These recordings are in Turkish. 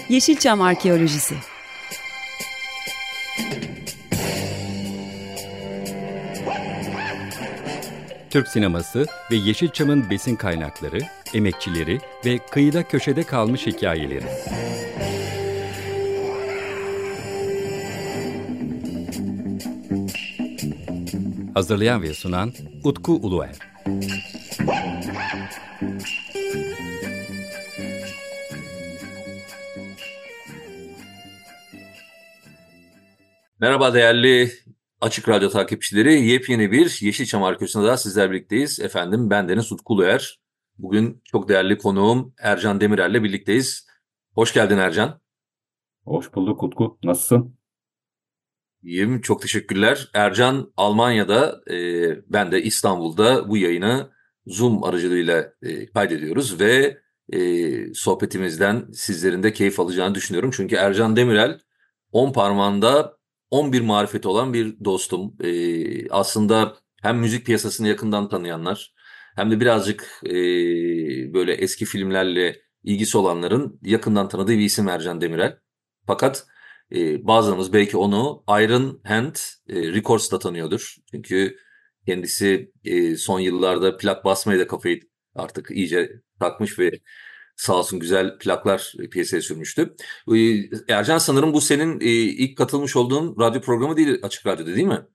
Yeşilçam Arkeolojisi. Türk sineması ve Yeşilçam'ın besin kaynakları, emekçileri ve kıyıda köşede kalmış hikayeleri. Hazırlayan ve sunan Utku Uluer. Merhaba değerli Açık Radyo takipçileri. Yepyeni bir Yeşilçam Arkeolojisi'nde daha sizlerle birlikteyiz. Efendim bendeniz Utku Uluer. Bugün çok değerli konuğum Ercan Demirel'le birlikteyiz. Hoş geldin Ercan. Hoş bulduk Utku. Nasılsın? İyiyim, çok teşekkürler. Ercan Almanya'da, ben de İstanbul'da bu yayını Zoom aracılığıyla kaydediyoruz ve sohbetimizden sizlerin de keyif alacağını düşünüyorum. Çünkü Ercan Demirel 10 parmağında 11 marifeti olan bir dostum. Aslında hem müzik piyasasını yakından tanıyanlar hem de birazcık böyle eski filmlerle ilgisi olanların yakından tanıdığı bir isim Ercan Demirel. Fakat bazılarımız belki onu Iron Hand Records'ta tanıyordur. Çünkü kendisi son yıllarda plak basmaya da kafayı artık iyice takmış ve sağ olsun güzel plaklar piyasaya sürmüştü. Ercan, sanırım bu senin ilk katılmış olduğun radyo programı değil, Açık Radyo'da, değil mi?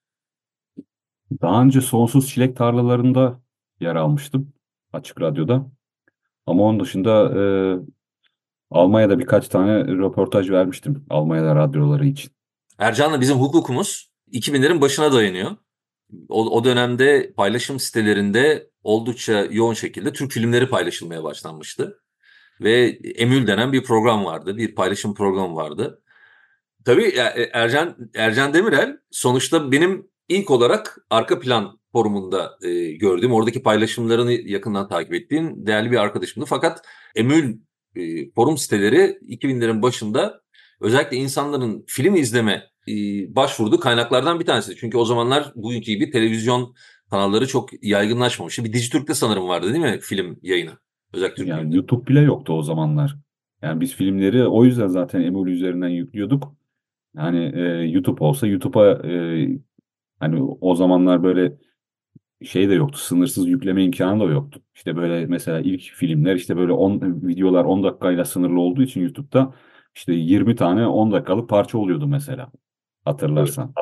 Daha önce Sonsuz Çilek Tarlalarında yer almıştım Açık Radyo'da. Ama onun dışında Almanya'da birkaç tane röportaj vermiştim Almanya'da radyoları için. Ercan'la bizim hukukumuz 2000'lerin başına dayanıyor. O dönemde paylaşım sitelerinde oldukça yoğun şekilde Türk filmleri paylaşılmaya başlanmıştı. Ve Emül denen bir program vardı, bir paylaşım programı vardı. Tabii Ercan Demirel sonuçta benim ilk olarak arka plan forumunda gördüğüm, oradaki paylaşımlarını yakından takip ettiğim değerli bir arkadaşımdı. Fakat Emül forum siteleri 2000'lerin başında özellikle insanların film izleme başvurduğu kaynaklardan bir tanesi. Çünkü o zamanlar bugünkü gibi televizyon kanalları çok yaygınlaşmamıştı. Bir Dijitürk'te sanırım vardı, değil mi, film yayını? Özellikle Türk Yani filmleri. YouTube bile yoktu o zamanlar. Yani biz filmleri o yüzden zaten Emul üzerinden yüklüyorduk. Yani YouTube olsa YouTube'a hani o zamanlar böyle şey de yoktu. Sınırsız yükleme imkanı da yoktu. İşte böyle mesela ilk filmler işte böyle 10 videolar 10 dakikayla sınırlı olduğu için YouTube'da işte 20 tane 10 dakikalık parça oluyordu mesela. Evet. Hatırlarsan.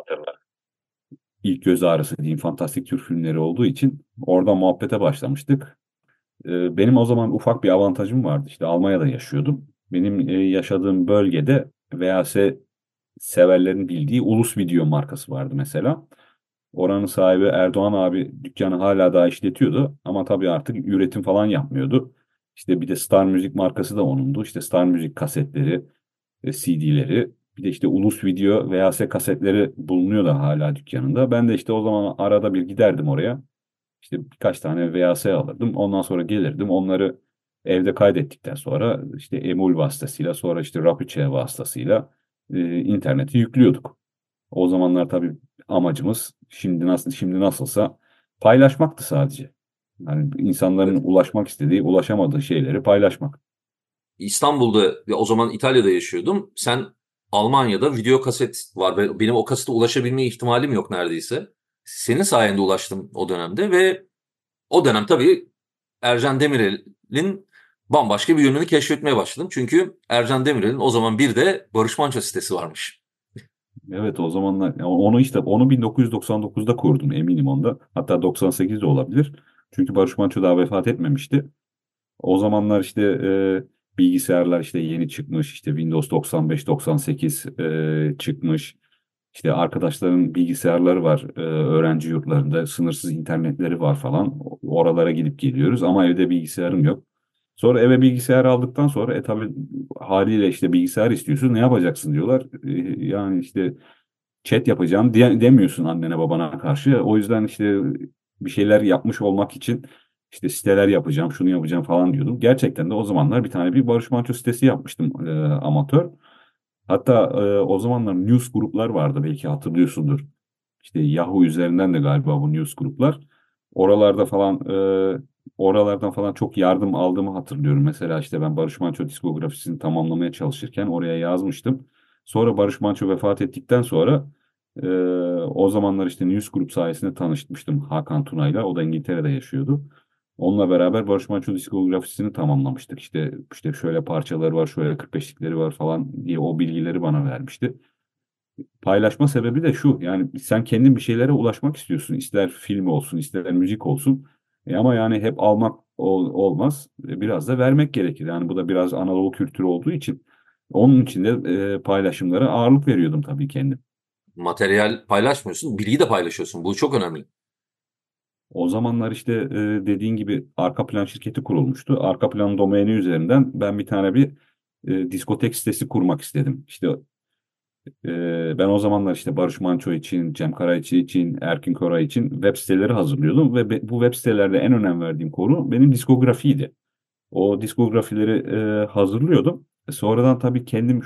İlk göz ağrısı diyeyim fantastik Türk filmleri olduğu için oradan muhabbete başlamıştık. Benim o zaman ufak bir avantajım vardı. İşte Almanya'da yaşıyordum. Benim yaşadığım bölgede VHS severlerin bildiği Ulus Video markası vardı mesela. Oranın sahibi Erdoğan abi dükkanı hala daha işletiyordu. Ama tabii artık üretim falan yapmıyordu. İşte bir de Star Müzik markası da onundu. İşte Star Müzik kasetleri, CD'leri. Bir de işte Ulus Video VHS kasetleri bulunuyor da hala dükkanında. Ben de işte o zaman arada bir giderdim oraya. İşte birkaç tane VHS alırdım. Ondan sonra gelirdim. Onları evde kaydettikten sonra işte Emul vasıtasıyla sonra işte Rapiçe vasıtasıyla internete yüklüyorduk. O zamanlar tabii amacımız şimdi nasılsa paylaşmaktı sadece. Yani insanların ulaşmak istediği, ulaşamadığı şeyleri paylaşmak. İstanbul'da ve o zaman İtalya'da yaşıyordum. Sen Almanya'da video kaset var. Benim o kasete ulaşabilme ihtimalim yok neredeyse. Senin sayende ulaştım o dönemde ve o dönem tabii Ercan Demirel'in bambaşka bir yönünü keşfetmeye başladım. Çünkü Ercan Demirel'in o zaman bir de Barış Manço sitesi varmış. Evet o zamanlar onu işte onu 1999'da kurdum eminim onda. Hatta 98'de olabilir. Çünkü Barış Manço daha vefat etmemişti. O zamanlar işte bilgisayarlar işte yeni çıkmış. İşte Windows 95, 98 çıkmış. İşte arkadaşların bilgisayarları var öğrenci yurtlarında. Sınırsız internetleri var falan. Oralara gidip geliyoruz ama evde bilgisayarım yok. Sonra eve bilgisayar aldıktan sonra tabii haliyle işte bilgisayar istiyorsun. Ne yapacaksın diyorlar. Yani işte chat yapacağım demiyorsun annene babana karşı. O yüzden işte bir şeyler yapmış olmak için işte siteler yapacağım, şunu yapacağım falan diyordum. Gerçekten de o zamanlar bir Barış Manço sitesi yapmıştım amatör. Hatta o zamanlar news gruplar vardı belki hatırlıyorsundur. İşte Yahoo üzerinden de galiba bu news gruplar. Oralarda falan oralardan falan çok yardım aldığımı hatırlıyorum. Mesela işte ben Barış Manço diskografisini tamamlamaya çalışırken oraya yazmıştım. Sonra Barış Manço vefat ettikten sonra e, o zamanlar işte News Group sayesinde tanışmıştım Hakan Tuna'yla. O da İngiltere'de yaşıyordu. Onunla beraber Barış Manço diskografisini tamamlamıştık. İşte şöyle parçaları var, şöyle 45'likleri var falan diye o bilgileri bana vermişti. Paylaşma sebebi de şu. Yani sen kendin bir şeylere ulaşmak istiyorsun. İster film olsun, ister müzik olsun. Ama yani hep almak olmaz. Biraz da vermek gerekir. Yani bu da biraz Anadolu kültürü olduğu için. Onun için de paylaşımlara ağırlık veriyordum tabii kendim. Materyal paylaşmıyorsun, bilgi de paylaşıyorsun. Bu çok önemli. O zamanlar işte dediğin gibi arka plan şirketi kurulmuştu. Arka plan domaini üzerinden ben bir tane diskotek sitesi kurmak istedim. İşte ben o zamanlar işte Barış Manço için, Cem Karayiçi için, Erkin Koray için web siteleri hazırlıyordum ve bu web sitelerde en önem verdiğim konu benim diskografiydi. O diskografileri hazırlıyordum. Sonradan tabii kendim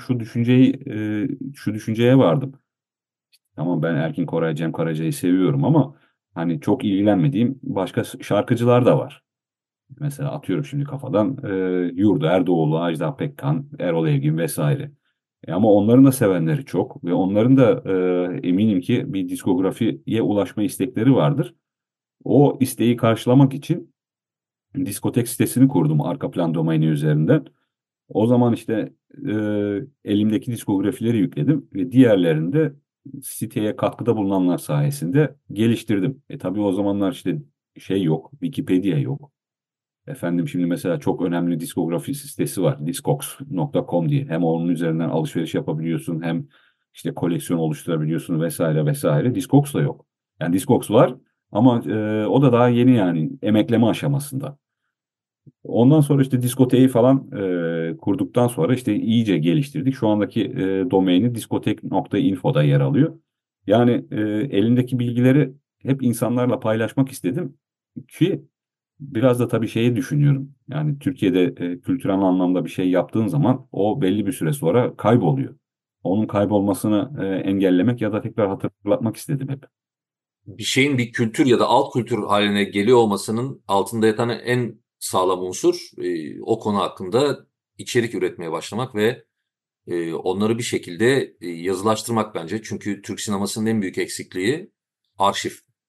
şu düşünceye vardım. Tamam, ben Erkin Koray, Cem Karaca'yı seviyorum ama hani çok ilgilenmediğim başka şarkıcılar da var. Mesela atıyorum şimdi kafadan Yurda Erdoğlu, Ajda Pekkan, Erol Evgin vesaire. Ama onların da sevenleri çok ve onların da eminim ki bir diskografiye ulaşma istekleri vardır. O isteği karşılamak için diskotek sitesini kurdum arka plan domaini üzerinden. O zaman işte elimdeki diskografileri yükledim ve diğerlerini de siteye katkıda bulunanlar sayesinde geliştirdim. Tabii o zamanlar işte şey yok, Wikipedia yok. Efendim şimdi mesela çok önemli diskografi sitesi var. Discogs.com diye. Hem onun üzerinden alışveriş yapabiliyorsun hem işte koleksiyon oluşturabiliyorsun vesaire vesaire. Discogs da yok. Yani Discogs var ama o da daha yeni, yani emekleme aşamasında. Ondan sonra işte diskoteği falan kurduktan sonra işte iyice geliştirdik. Şu andaki domaini diskotek.info'da yer alıyor. Yani elimdeki bilgileri hep insanlarla paylaşmak istedim ki biraz da tabii şeyi düşünüyorum. Yani Türkiye'de kültürel anlamda bir şey yaptığın zaman o belli bir süre sonra kayboluyor. Onun kaybolmasını engellemek ya da tekrar hatırlatmak istedim hep. Bir şeyin bir kültür ya da alt kültür haline geliyor olmasının altında yatan en sağlam unsur o konu hakkında içerik üretmeye başlamak ve onları bir şekilde yazılaştırmak bence. Çünkü Türk sinemasının en büyük eksikliği arşiv.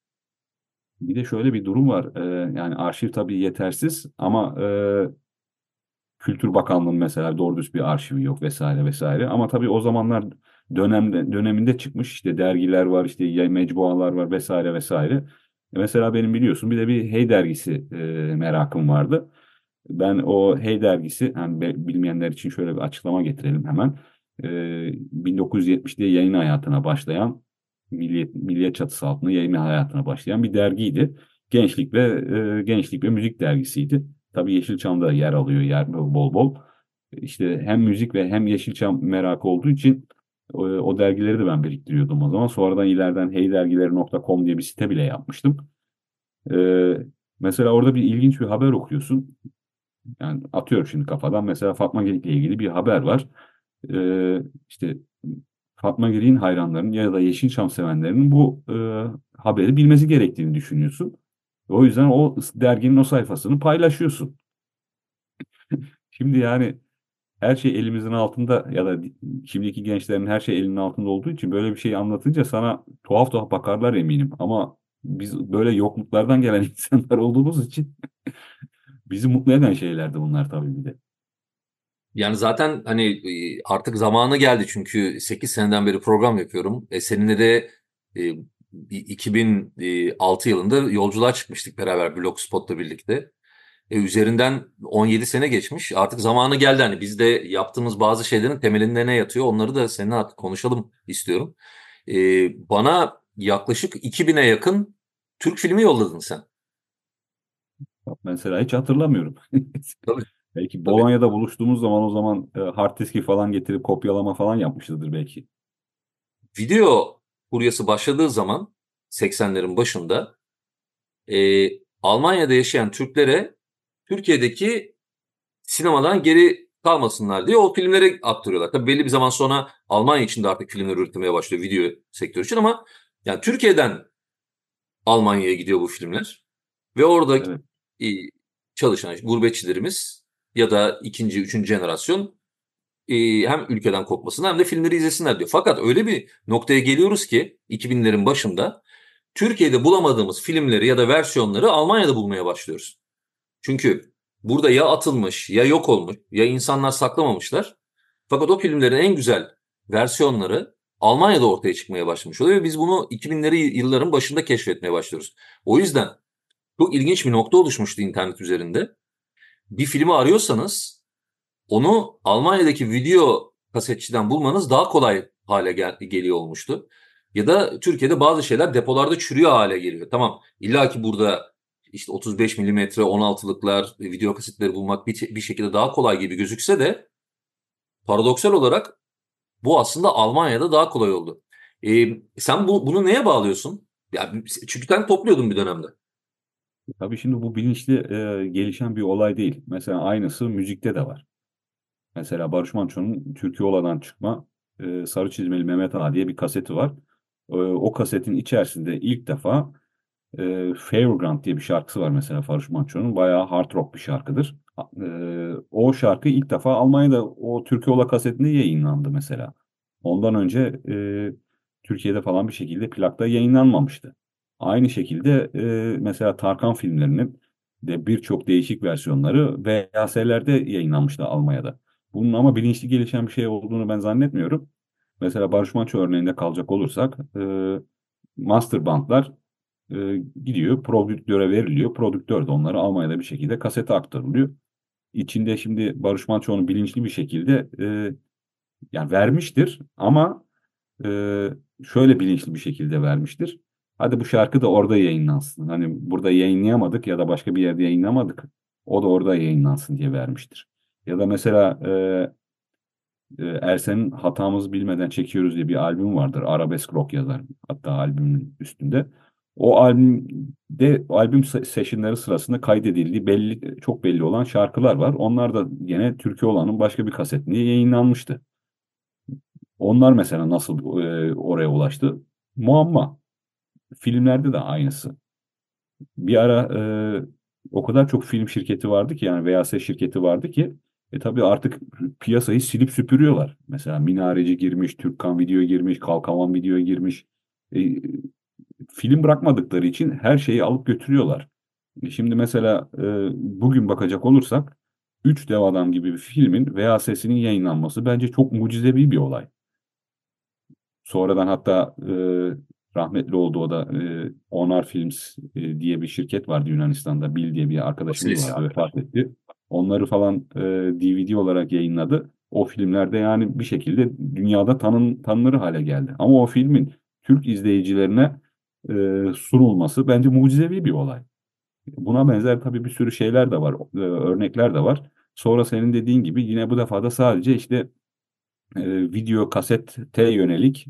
Bir de şöyle bir durum var. Yani arşiv tabii yetersiz ama Kültür Bakanlığı'nın mesela doğru düz bir arşivi yok vesaire vesaire. Ama tabii o zamanlar döneminde çıkmış işte dergiler var, işte mecmualar var vesaire vesaire. Mesela benim biliyorsun bir de bir Hey dergisi merakım vardı. Ben o Hey dergisi, yani bilmeyenler için şöyle bir açıklama getirelim hemen. 1970'de yayın hayatına başlayan, Milliyet çatısı altında yayın hayatına başlayan bir dergiydi. Gençlik ve müzik dergisiydi. Tabii Yeşilçam'da yer alıyor bol bol. İşte hem müzik ve hem Yeşilçam merakı olduğu için o dergileri de ben biriktiriyordum o zaman. Sonradan ileriden heydergileri.com diye bir site bile yapmıştım. Ee, Mesela orada bir ilginç bir haber okuyorsun. Yani atıyorum şimdi kafadan, mesela Fatma Girik ile ilgili bir haber var. İşte Fatma Girik'in hayranlarının ya da Yeşilçam sevenlerinin bu haberi bilmesi gerektiğini düşünüyorsun. O yüzden o derginin o sayfasını paylaşıyorsun. Şimdi yani her şey elimizin altında ya da şimdiki gençlerin her şey elinin altında olduğu için böyle bir şey anlatınca sana tuhaf tuhaf bakarlar eminim. Ama biz böyle yokluklardan gelen insanlar olduğumuz için bizi mutlu eden şeylerdi bunlar tabii bir de. Yani zaten hani artık zamanı geldi çünkü 8 seneden beri program yapıyorum. Seninle de e, 2006 yılında yolculuğa çıkmıştık beraber Blogspot'la birlikte. Üzerinden 17 sene geçmiş. Artık zamanı geldi. Hani biz de yaptığımız bazı şeylerin temelinde ne yatıyor onları da seninle artık konuşalım istiyorum. Bana yaklaşık 2000'e yakın Türk filmi yolladın sen. Bak, mesela hiç hatırlamıyorum. Tabii. Belki Tabii. Bolonya'da buluştuğumuz zaman o zaman hard diski falan getirip kopyalama falan yapmışızdır belki. Video furyası başladığı zaman 80'lerin başında e, Almanya'da yaşayan Türklere Türkiye'deki sinemadan geri kalmasınlar diye o filmleri aktarıyorlar. Tabii belli bir zaman sonra Almanya içinde artık filmler üretilmeye başlıyor video sektörü için ama yani Türkiye'den Almanya'ya gidiyor bu filmler ve orada Evet. çalışan gurbetçilerimiz ya da ikinci, üçüncü jenerasyon hem ülkeden kopmasınlar hem de filmleri izlesinler diyor. Fakat öyle bir noktaya geliyoruz ki 2000'lerin başında Türkiye'de bulamadığımız filmleri ya da versiyonları Almanya'da bulmaya başlıyoruz. Çünkü burada ya atılmış, ya yok olmuş, ya insanlar saklamamışlar. Fakat o filmlerin en güzel versiyonları Almanya'da ortaya çıkmaya başlamış oluyor ve biz bunu 2000'leri yılların başında keşfetmeye başlıyoruz. O yüzden çok ilginç bir nokta oluşmuştu internet üzerinde. Bir filmi arıyorsanız onu Almanya'daki video kasetçiden bulmanız daha kolay hale geliyor olmuştu. Ya da Türkiye'de bazı şeyler depolarda çürüyor hale geliyor. Tamam, illa ki burada işte 35 milimetre 16'lıklar video kasetleri bulmak bir şekilde daha kolay gibi gözükse de paradoksal olarak bu aslında Almanya'da daha kolay oldu. Sen bunu neye bağlıyorsun? Ya, çünkü sen topluyordun bir dönemde. Tabii şimdi bu bilinçli gelişen bir olay değil. Mesela aynısı müzikte de var. Mesela Barış Manço'nun Türkiye çıkma Sarı Çizmeli Mehmet Ağa diye bir kaseti var. O kasetin içerisinde ilk defa Fairground diye bir şarkısı var mesela Barış Manço'nun. Bayağı hard rock bir şarkıdır. O şarkı ilk defa Almanya'da o Türkiye kasetinde yayınlandı mesela. Ondan önce Türkiye'de falan bir şekilde plakta yayınlanmamıştı. Aynı şekilde mesela Tarkan filmlerinin de birçok değişik versiyonları VHS'lerde yayınlanmıştı Almanya'da. Bunun ama bilinçli gelişen bir şey olduğunu ben zannetmiyorum. Mesela Barış Manço örneğinde kalacak olursak master bandlar gidiyor prodüktöre veriliyor. Prodüktör de onları Almanya'da bir şekilde kasete aktarılıyor. İçinde şimdi Barış Manço onu bilinçli bir şekilde yani vermiştir ama e, şöyle bilinçli bir şekilde vermiştir. Hadi bu şarkı da orada yayınlansın. Hani burada yayınlayamadık ya da başka bir yerde yayınlamadık. O da orada yayınlansın diye vermiştir. Ya da mesela Ersen'in Hatamızı Bilmeden Çekiyoruz diye bir albüm vardır. Arabesk rock yazar hatta albümün üstünde. O albüm sessionleri sırasında kaydedildiği belli çok belli olan şarkılar var. Onlar da gene Türkiye olanın başka bir kasetinde yayınlanmıştı. Onlar mesela nasıl oraya ulaştı? Muamma. Filmlerde de aynısı. Bir ara o kadar çok film şirketi vardı ki yani VHS şirketi vardı ki tabii artık piyasayı silip süpürüyorlar. Mesela Minareci girmiş, Türkkan Video girmiş, Kalkavan Video girmiş. E, Film bırakmadıkları için her şeyi alıp götürüyorlar. Şimdi mesela bugün bakacak olursak Üç Dev Adam gibi bir filmin VHS'sinin yayınlanması bence çok mucizevi bir olay. Sonradan hatta rahmetli oldu o da Onar Films diye bir şirket vardı Yunanistan'da. Bil diye bir arkadaşımız Vasilis. vardı vefat etti. Onları falan DVD olarak yayınladı. O filmlerde yani bir şekilde dünyada tanınır hale geldi. Ama o filmin Türk izleyicilerine sunulması bence mucizevi bir olay. Buna benzer tabii bir sürü şeyler de var, örnekler de var. Sonra senin dediğin gibi yine bu defa da sadece işte video kasete yönelik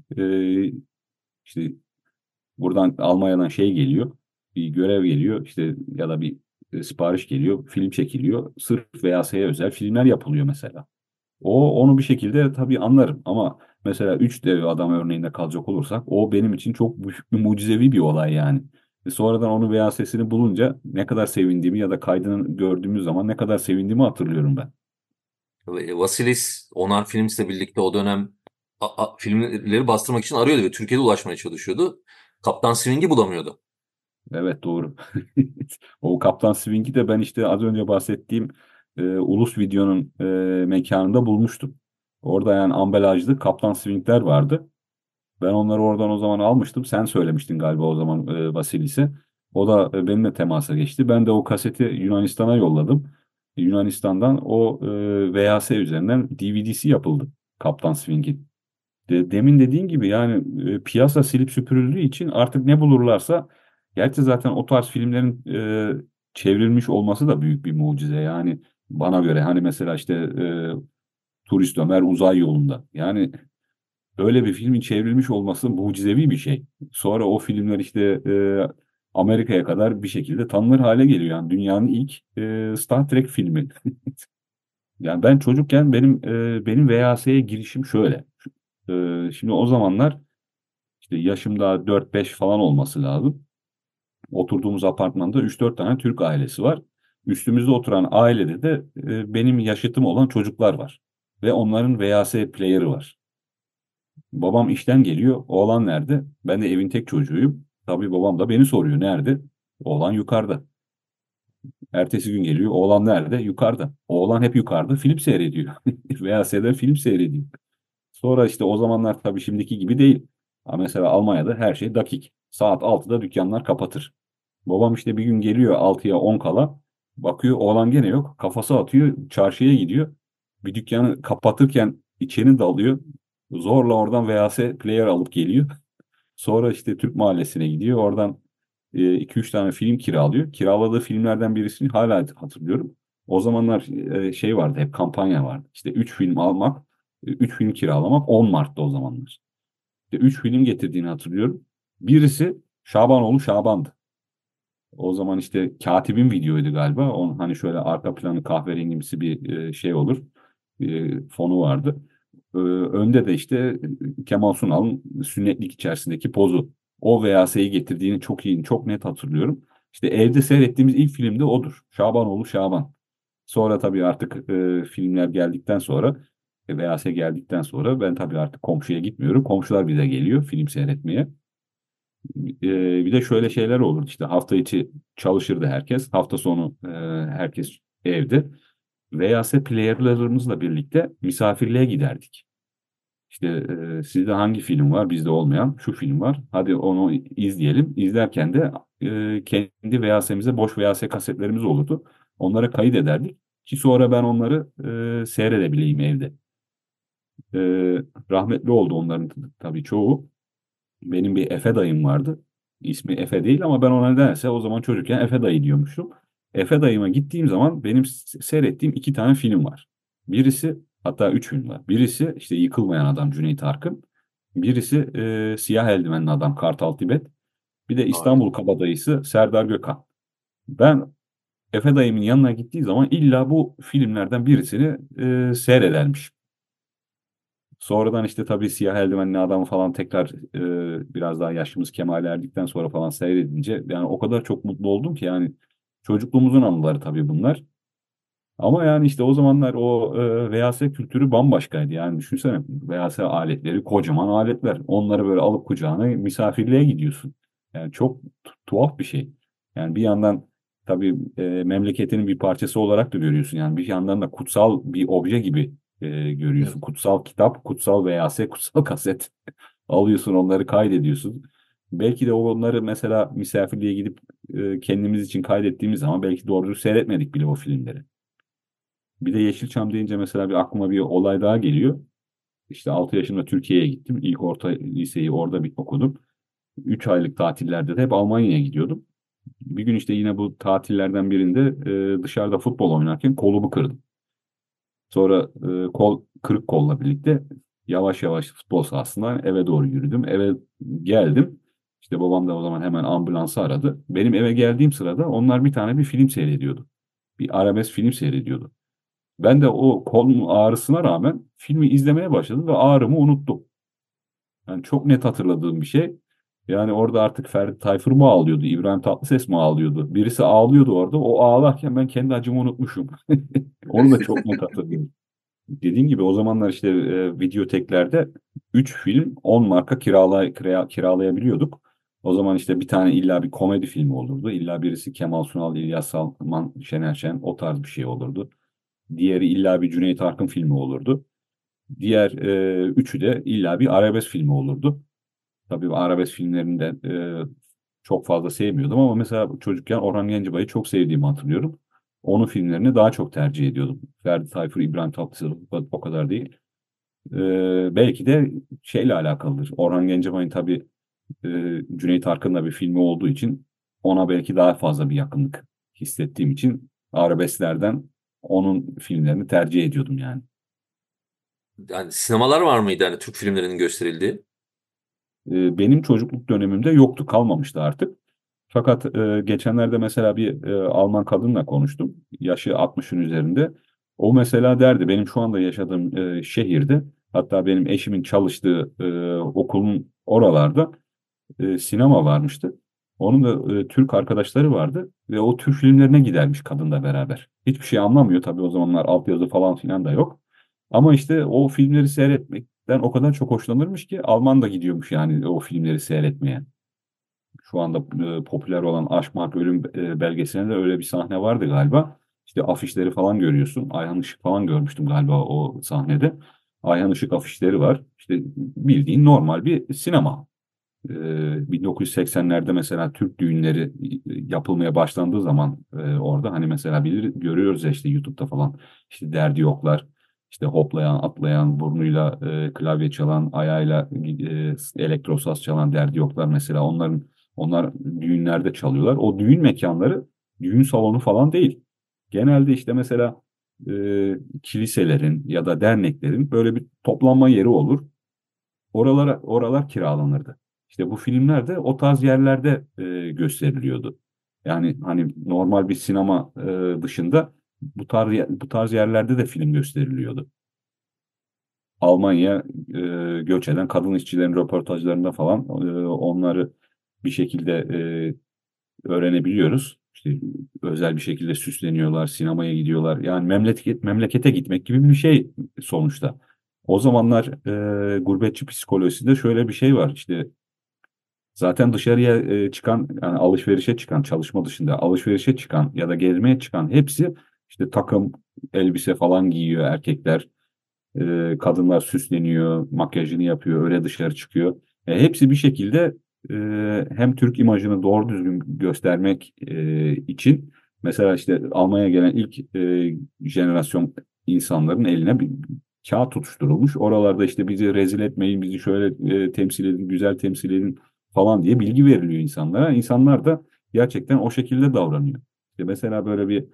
işte buradan Almanya'dan şey geliyor, bir görev geliyor işte ya da bir sipariş geliyor, film çekiliyor. Sırf VHS'ye özel filmler yapılıyor mesela. Onu bir şekilde tabii anlarım ama mesela Üç Dev Adam örneğinde kalacak olursak o benim için çok büyük bir mucizevi bir olay yani. Sonradan onu VHS'ini bulunca ne kadar sevindiğimi ya da kaydını gördüğümüz zaman ne kadar sevindiğimi hatırlıyorum ben. Vasilis Onar Films'le birlikte o dönem filmleri bastırmak için arıyordu ve Türkiye'de ulaşmaya çalışıyordu. Kaptan Swing'i bulamıyordu. Evet doğru. O Kaptan Swing'i de ben işte az önce bahsettiğim Ulus Video'nun mekanında bulmuştum. Orada yani ambalajlı Kaptan Swing'ler vardı. Ben onları oradan o zaman almıştım. Sen söylemiştin galiba o zaman Vasilis'e. O da benimle temasa geçti. Ben de o kaseti Yunanistan'a yolladım. Yunanistan'dan o VHS üzerinden DVD'si yapıldı Kaptan Swing'in. Demin dediğin gibi yani piyasa silip süpürüldüğü için artık ne bulurlarsa gerçi zaten o tarz filmlerin çevrilmiş olması da büyük bir mucize yani bana göre hani mesela işte Turist Ömer Uzay Yolunda yani öyle bir filmin çevrilmiş olması mucizevi bir şey. Sonra o filmler işte Amerika'ya kadar bir şekilde tanınır hale geliyor yani dünyanın ilk Star Trek filmi. Yani ben çocukken benim VHS'ye girişim şöyle. Şimdi o zamanlar İşte yaşım daha 4-5 falan olması lazım. Oturduğumuz apartmanda 3-4 tane Türk ailesi var. Üstümüzde oturan ailede de benim yaşıtım olan çocuklar var. Ve onların VHS player'ı var. Babam işten geliyor. Oğlan nerede? Ben de evin tek çocuğuyum. Tabii babam da beni soruyor. Nerede? Oğlan yukarıda. Ertesi gün geliyor. Oğlan nerede? Yukarıda. Oğlan hep yukarıda. Film seyrediyor. VHS'den film seyrediyor. Sonra işte o zamanlar tabii şimdiki gibi değil. Ha, mesela Almanya'da her şey dakik. Saat 6'da dükkanlar kapatır. Babam işte bir gün geliyor 6'ya 10 kala. Bakıyor oğlan gene yok. Kafası atıyor. Çarşıya gidiyor. Bir dükkanı kapatırken içeri dalıyor. Zorla oradan VHS player alıp geliyor. Sonra işte Türk Mahallesi'ne gidiyor. Oradan 2-3 tane film kiralıyor. Kiraladığı filmlerden birisini hala hatırlıyorum. O zamanlar şey vardı, hep kampanya vardı. İşte 3 film almak, 3 film kiralamak 10 Mart'ta o zamanlar. İşte 3 film getirdiğini hatırlıyorum. Birisi Şabanoğlu Şaban'dı. O zaman işte Katibin videoydu galiba. Onun hani şöyle arka planı kahverengimsi bir şey olur. Fonu vardı. Önde de işte Kemal Sunal'ın sünnetlik içerisindeki pozu. O VHS'yi getirdiğini çok iyi, çok net hatırlıyorum. İşte evde seyrettiğimiz ilk film de odur. Şabanoğlu Şaban. Sonra tabii artık filmler geldikten sonra VHS geldikten sonra ben tabii artık komşuya gitmiyorum. Komşular bize geliyor film seyretmeye. Bir de şöyle şeyler olurdu işte hafta içi çalışırdı herkes. Hafta sonu herkes evde. VHS player'larımızla birlikte misafirliğe giderdik. İşte sizde hangi film var? Bizde olmayan şu film var. Hadi onu izleyelim. İzlerken de kendi VHS'mize boş VHS kasetlerimiz olurdu. Onlara kayıt ederdik. Ki sonra ben onları seyredebileyim evde. E, Rahmetli oldu onların tabii çoğu. Benim bir Efe dayım vardı. İsmi Efe değil ama ben ona nedense o zaman çocukken Efe dayı diyormuşum. Efe dayıma gittiğim zaman benim seyrettiğim 2 tane film var. Birisi, hatta 3 film var. Birisi işte Yıkılmayan Adam Cüneyt Arkın. Birisi Siyah Eldivenli Adam Kartal Tibet. Bir de İstanbul Harika. Kabadayısı Serdar Gökhan. Ben Efe dayımın yanına gittiği zaman illa bu filmlerden birisini seyredermiş. Sonradan işte tabii Siyah Eldivenli Adamı falan tekrar biraz daha yaşımız kemale erdikten sonra falan seyredince yani o kadar çok mutlu oldum ki yani çocukluğumuzun anıları tabii bunlar. Ama yani işte o zamanlar o VHS kültürü bambaşkaydı. Yani düşünsene VHS aletleri kocaman aletler. Onları böyle alıp kucağına misafirliğe gidiyorsun. Yani çok tuhaf bir şey. Yani bir yandan tabii memleketinin bir parçası olarak da görüyorsun. Yani bir yandan da kutsal bir obje gibi Evet. görüyorsun. Kutsal kitap, kutsal VHS, kutsal kaset. Alıyorsun onları kaydediyorsun. Belki de onları mesela misafirliğe gidip kendimiz için kaydettiğimiz zaman belki doğru düzgün seyretmedik bile o filmleri. Bir de Yeşilçam deyince mesela bir aklıma bir olay daha geliyor. İşte 6 yaşında Türkiye'ye gittim. İlk orta liseyi orada bir okudum. 3 aylık tatillerde de hep Almanya'ya gidiyordum. Bir gün işte yine bu tatillerden birinde dışarıda futbol oynarken kolumu kırdım. Sonra kırık kolla birlikte yavaş yavaş futbol sahasından eve doğru yürüdüm. Eve geldim. İşte babam da o zaman hemen ambulansı aradı. Benim eve geldiğim sırada onlar bir tane bir film seyrediyordu. Bir arabesk film seyrediyordu. Ben de o kolun ağrısına rağmen filmi izlemeye başladım ve ağrımı unuttum. Yani çok net hatırladığım bir şey. Yani orada artık Ferdi Tayfur mu ağlıyordu, İbrahim Tatlıses mi ağlıyordu? Birisi ağlıyordu orada. O ağlarken ben kendi acımı unutmuşum. Onu da çok net hatırlıyorum. Dediğim gibi o zamanlar işte videoteklerde 3 film 10 marka kiralayabiliyorduk. O zaman işte bir tane illa bir komedi filmi olurdu. İlla birisi Kemal Sunal, İlyas Salman, Şener Şen o tarz bir şey olurdu. Diğeri illa bir Cüneyt Arkın filmi olurdu. Diğer üçü de illa bir arabesk filmi olurdu. Tabii arabesk filmlerini de çok fazla sevmiyordum ama mesela çocukken Orhan Gencebay'ı çok sevdiğimi hatırlıyorum. Onun filmlerini daha çok tercih ediyordum. Ferdi Tayfur, İbrahim Tatlıses o kadar değil. Belki de şeyle alakalıdır. Orhan Gencebay'ın tabii e, Cüneyt Arkın'la bir filmi olduğu için ona belki daha fazla bir yakınlık hissettiğim için arabesklerden onun filmlerini tercih ediyordum yani. Yani sinemalar var mıydı hani Türk filmlerinin gösterildiği? Benim çocukluk dönemimde yoktu, kalmamıştı artık. Fakat geçenlerde mesela bir Alman kadınla konuştum. Yaşı 60'ın üzerinde. O mesela derdi benim şu anda yaşadığım şehirde hatta benim eşimin çalıştığı okulun oralarda sinema varmıştı. Onun da Türk arkadaşları vardı ve o Türk filmlerine gidermiş kadınla beraber. Hiçbir şey anlamıyor tabii, o zamanlar altyazı falan filan da yok. Ama işte o filmleri seyretmekten o kadar çok hoşlanırmış ki Alman da gidiyormuş yani o filmleri seyretmeye. Şu anda popüler olan Aşk, Mark, Ölüm belgeselinde öyle bir sahne vardı galiba. İşte afişleri falan görüyorsun. Ayhan Işık falan görmüştüm galiba o sahnede. Ayhan Işık afişleri var. İşte bildiğin normal bir sinema. 1980'lerde mesela Türk düğünleri yapılmaya başlandığı zaman orada hani mesela görüyoruz ya işte YouTube'da falan, işte derdi yoklar, işte hoplayan atlayan burnuyla klavye çalan, ayağıyla elektro saz çalan derdi yoklar mesela, onlar düğünlerde çalıyorlar. O düğün mekanları düğün salonu falan değil. Genelde işte mesela kiliselerin ya da derneklerin böyle bir toplanma yeri olur. Oralar kiralanırdı. İşte bu filmler de o tarz yerlerde gösteriliyordu. Yani hani normal bir sinema dışında bu tarz yerlerde de film gösteriliyordu. Almanya göç eden kadın işçilerin röportajlarında falan onları bir şekilde öğrenebiliyoruz. İşte özel bir şekilde süsleniyorlar, sinemaya gidiyorlar. Yani memlekete gitmek gibi bir şey sonuçta. O zamanlar gurbetçi psikolojisinde şöyle bir şey var. İşte zaten dışarıya çıkan, yani alışverişe çıkan, çalışma dışında alışverişe çıkan ya da gezmeye çıkan hepsi işte takım elbise falan giyiyor erkekler. Kadınlar süsleniyor, makyajını yapıyor, öyle dışarı çıkıyor. Hepsi bir şekilde hem Türk imajını doğru düzgün göstermek için mesela işte Almanya'ya gelen ilk jenerasyon insanların eline bir kağıt tutuşturulmuş. Oralarda işte bizi rezil etmeyin, bizi şöyle temsil edin, güzel temsil edin falan diye bilgi veriliyor insanlara. İnsanlar da gerçekten o şekilde davranıyor. İşte mesela böyle bir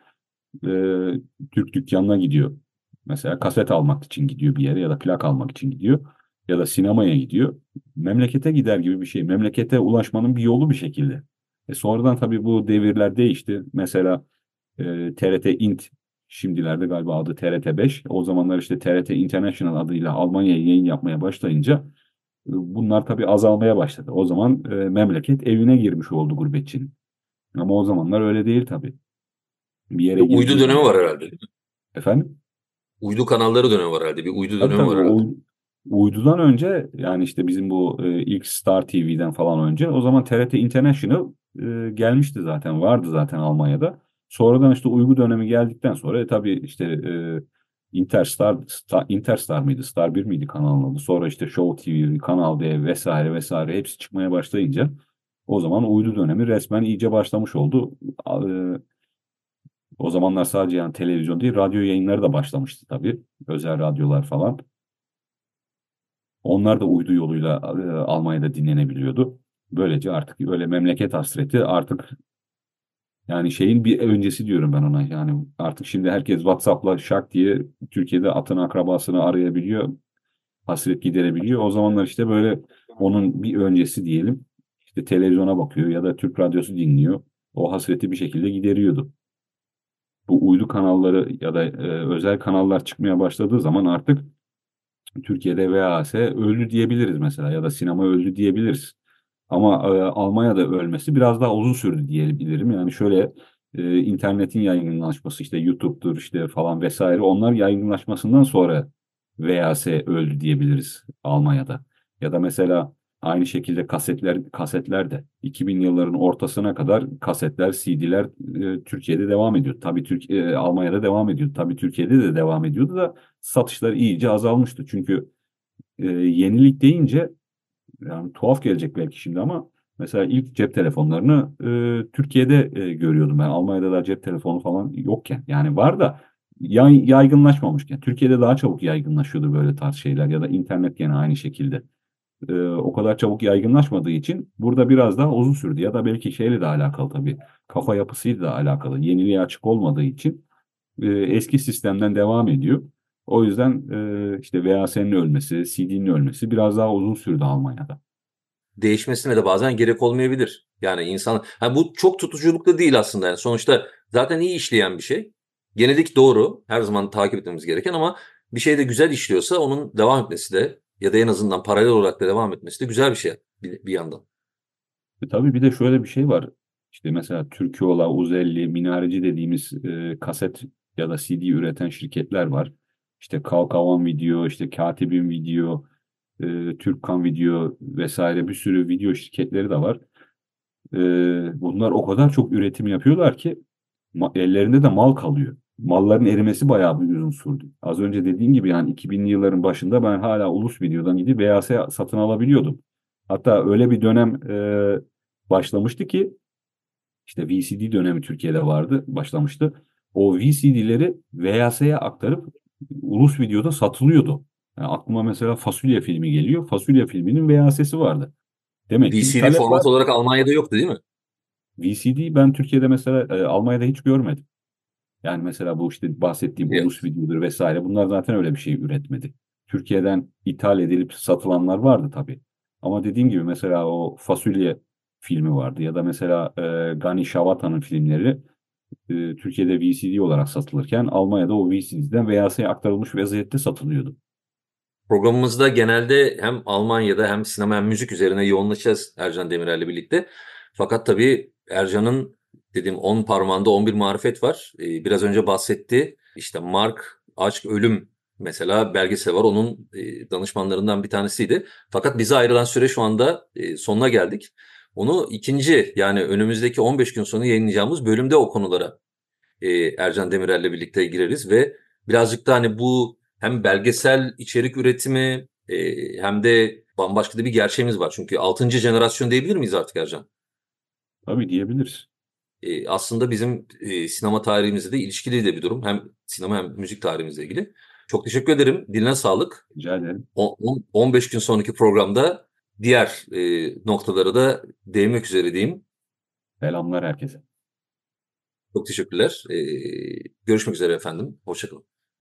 Türk dükkanına gidiyor. Mesela kaset almak için gidiyor bir yere ya da plak almak için gidiyor ya da sinemaya gidiyor. Memlekete gider gibi bir şey. Memlekete ulaşmanın bir yolu bir şekilde. Sonradan tabii bu devirler değişti. Mesela TRT Int, şimdilerde galiba adı TRT 5. O zamanlar işte TRT International adıyla Almanya'ya yayın yapmaya başlayınca bunlar tabii azalmaya başladı. O zaman memleket evine girmiş oldu gurbetçinin. Ama o zamanlar öyle değil tabii. Bir Bir de yere uydu girdiği dönemi zaman. var herhalde. Efendim? Uydu kanalları dönemi var herhalde. Bir uydu Tabii dönemi tabii, var o herhalde. uydudan önce, yani işte bizim bu ilk Star TV'den falan önce o zaman TRT International gelmişti zaten, vardı zaten Almanya'da. Sonradan işte uygu dönemi geldikten sonra tabii işte Interstar mıydı? Star bir miydi kanalın adı? Sonra işte Show TV, Kanal D vesaire vesaire hepsi çıkmaya başlayınca o zaman uydu dönemi resmen iyice başlamış oldu. O zamanlar sadece yani televizyon değil, radyo yayınları da başlamıştı tabii. Özel radyolar falan. Onlar da uydu yoluyla Almanya'da dinlenebiliyordu. Böylece artık böyle memleket hasreti artık, yani şeyin bir öncesi diyorum ben ona. Yani artık şimdi herkes WhatsApp'la şak diye Türkiye'de atın akrabasını arayabiliyor. Hasret giderebiliyor. O zamanlar işte böyle onun bir öncesi diyelim. İşte televizyona bakıyor ya da Türk radyosu dinliyor. O hasreti bir şekilde gideriyordu. Bu uydu kanalları ya da özel kanallar çıkmaya başladığı zaman artık Türkiye'de VHS öldü diyebiliriz mesela ya da sinema öldü diyebiliriz. Ama Almanya'da ölmesi biraz daha uzun sürdü diyebilirim. Yani şöyle internetin yaygınlaşması, işte YouTube'dur işte falan vesaire, onlar yaygınlaşmasından sonra VHS öldü diyebiliriz Almanya'da. Ya da mesela aynı şekilde kasetler de 2000 yılların ortasına kadar kasetler, CD'ler Türkiye'de devam ediyor. Tabii Almanya'da devam ediyor. Tabii Türkiye'de de devam ediyordu da satışlar iyice azalmıştı. Çünkü yenilik deyince yani tuhaf gelecek belki şimdi ama mesela ilk cep telefonlarını Türkiye'de görüyordum ben. Almanya'da da cep telefonu falan yokken. Yani var da yaygınlaşmamışken. Türkiye'de daha çabuk yaygınlaşıyordu böyle tarz şeyler ya da internet gene aynı şekilde. O kadar çabuk yaygınlaşmadığı için burada biraz daha uzun sürdü. Ya da belki şeyle de alakalı tabii. Kafa yapısıyla da alakalı. Yeniliğe açık olmadığı için eski sistemden devam ediyor. O yüzden işte VHS'nin ölmesi, CD'nin ölmesi biraz daha uzun sürdü Almanya'da. Değişmesine de bazen gerek olmayabilir. Yani insan, ha bu çok tutuculukta değil aslında. Yani sonuçta zaten iyi işleyen bir şey. Genetik doğru. Her zaman takip etmemiz gereken ama bir şey de güzel işliyorsa onun devam etmesi de ya da en azından paralel olarak da devam etmesi de güzel bir şey bir yandan. Tabii bir de şöyle bir şey var. İşte mesela Türkola, Uzelli, Minareci dediğimiz kaset ya da CD üreten şirketler var. İşte Kalkavan Video, işte Katibin Video, Türkkan Video vesaire bir sürü video şirketleri de var. Bunlar o kadar çok üretim yapıyorlar ki ellerinde de mal kalıyor. Malların erimesi bayağı bir uzun sürdü. Az önce dediğin gibi yani 2000'li yılların başında ben hala Ulus Video'dan gidip VHS satın alabiliyordum. Hatta öyle bir dönem başlamıştı ki işte VCD dönemi Türkiye'de vardı, başlamıştı. O VCD'leri VHS'ye aktarıp Ulus Video'da satılıyordu. Yani aklıma mesela Fasulye filmi geliyor. Fasulye filminin VHS'si vardı. Demek ki bir VCD talep var. format olarak Almanya'da yoktu değil mi? VCD ben Türkiye'de mesela Almanya'da hiç görmedim. Yani mesela bu işte bahsettiğim Ulus Evet. Video'dur vesaire bunlar zaten öyle bir şey üretmedi. Türkiye'den ithal edilip satılanlar vardı tabii. Ama dediğim gibi mesela o Fasulye filmi vardı ya da mesela Gani Şavata'nın filmleri Türkiye'de VCD olarak satılırken Almanya'da o VCD'den VHS'ye aktarılmış vaziyette satılıyordu. Programımızda genelde hem Almanya'da hem sinema hem müzik üzerine yoğunlaşacağız Ercan Demirer'le birlikte. Fakat tabii Ercan'ın dediğim 10 parmağında 11 marifet var. Biraz önce bahsetti. İşte Mark, Aşk, Ölüm mesela belgesel var. Onun danışmanlarından bir tanesiydi. Fakat bize ayrılan süre şu anda sonuna geldik. Onu ikinci yani önümüzdeki 15 gün sonra yayınlayacağımız bölümde o konulara Ercan Demirer'le birlikte gireriz ve birazcık da hani bu hem belgesel içerik üretimi hem de bambaşka da bir gerçeğimiz var. Çünkü 6. jenerasyon diyebilir miyiz artık Ercan? Tabii diyebiliriz. Aslında bizim sinema tarihimizde de ilişkili de bir durum. Hem sinema hem müzik tarihimizle ilgili. Çok teşekkür ederim. Diline sağlık. Rica ederim. 15 gün sonraki programda diğer noktalara da değinmek üzere diyeyim. Selamlar herkese. Çok teşekkürler. Görüşmek üzere efendim. Hoşça kalın.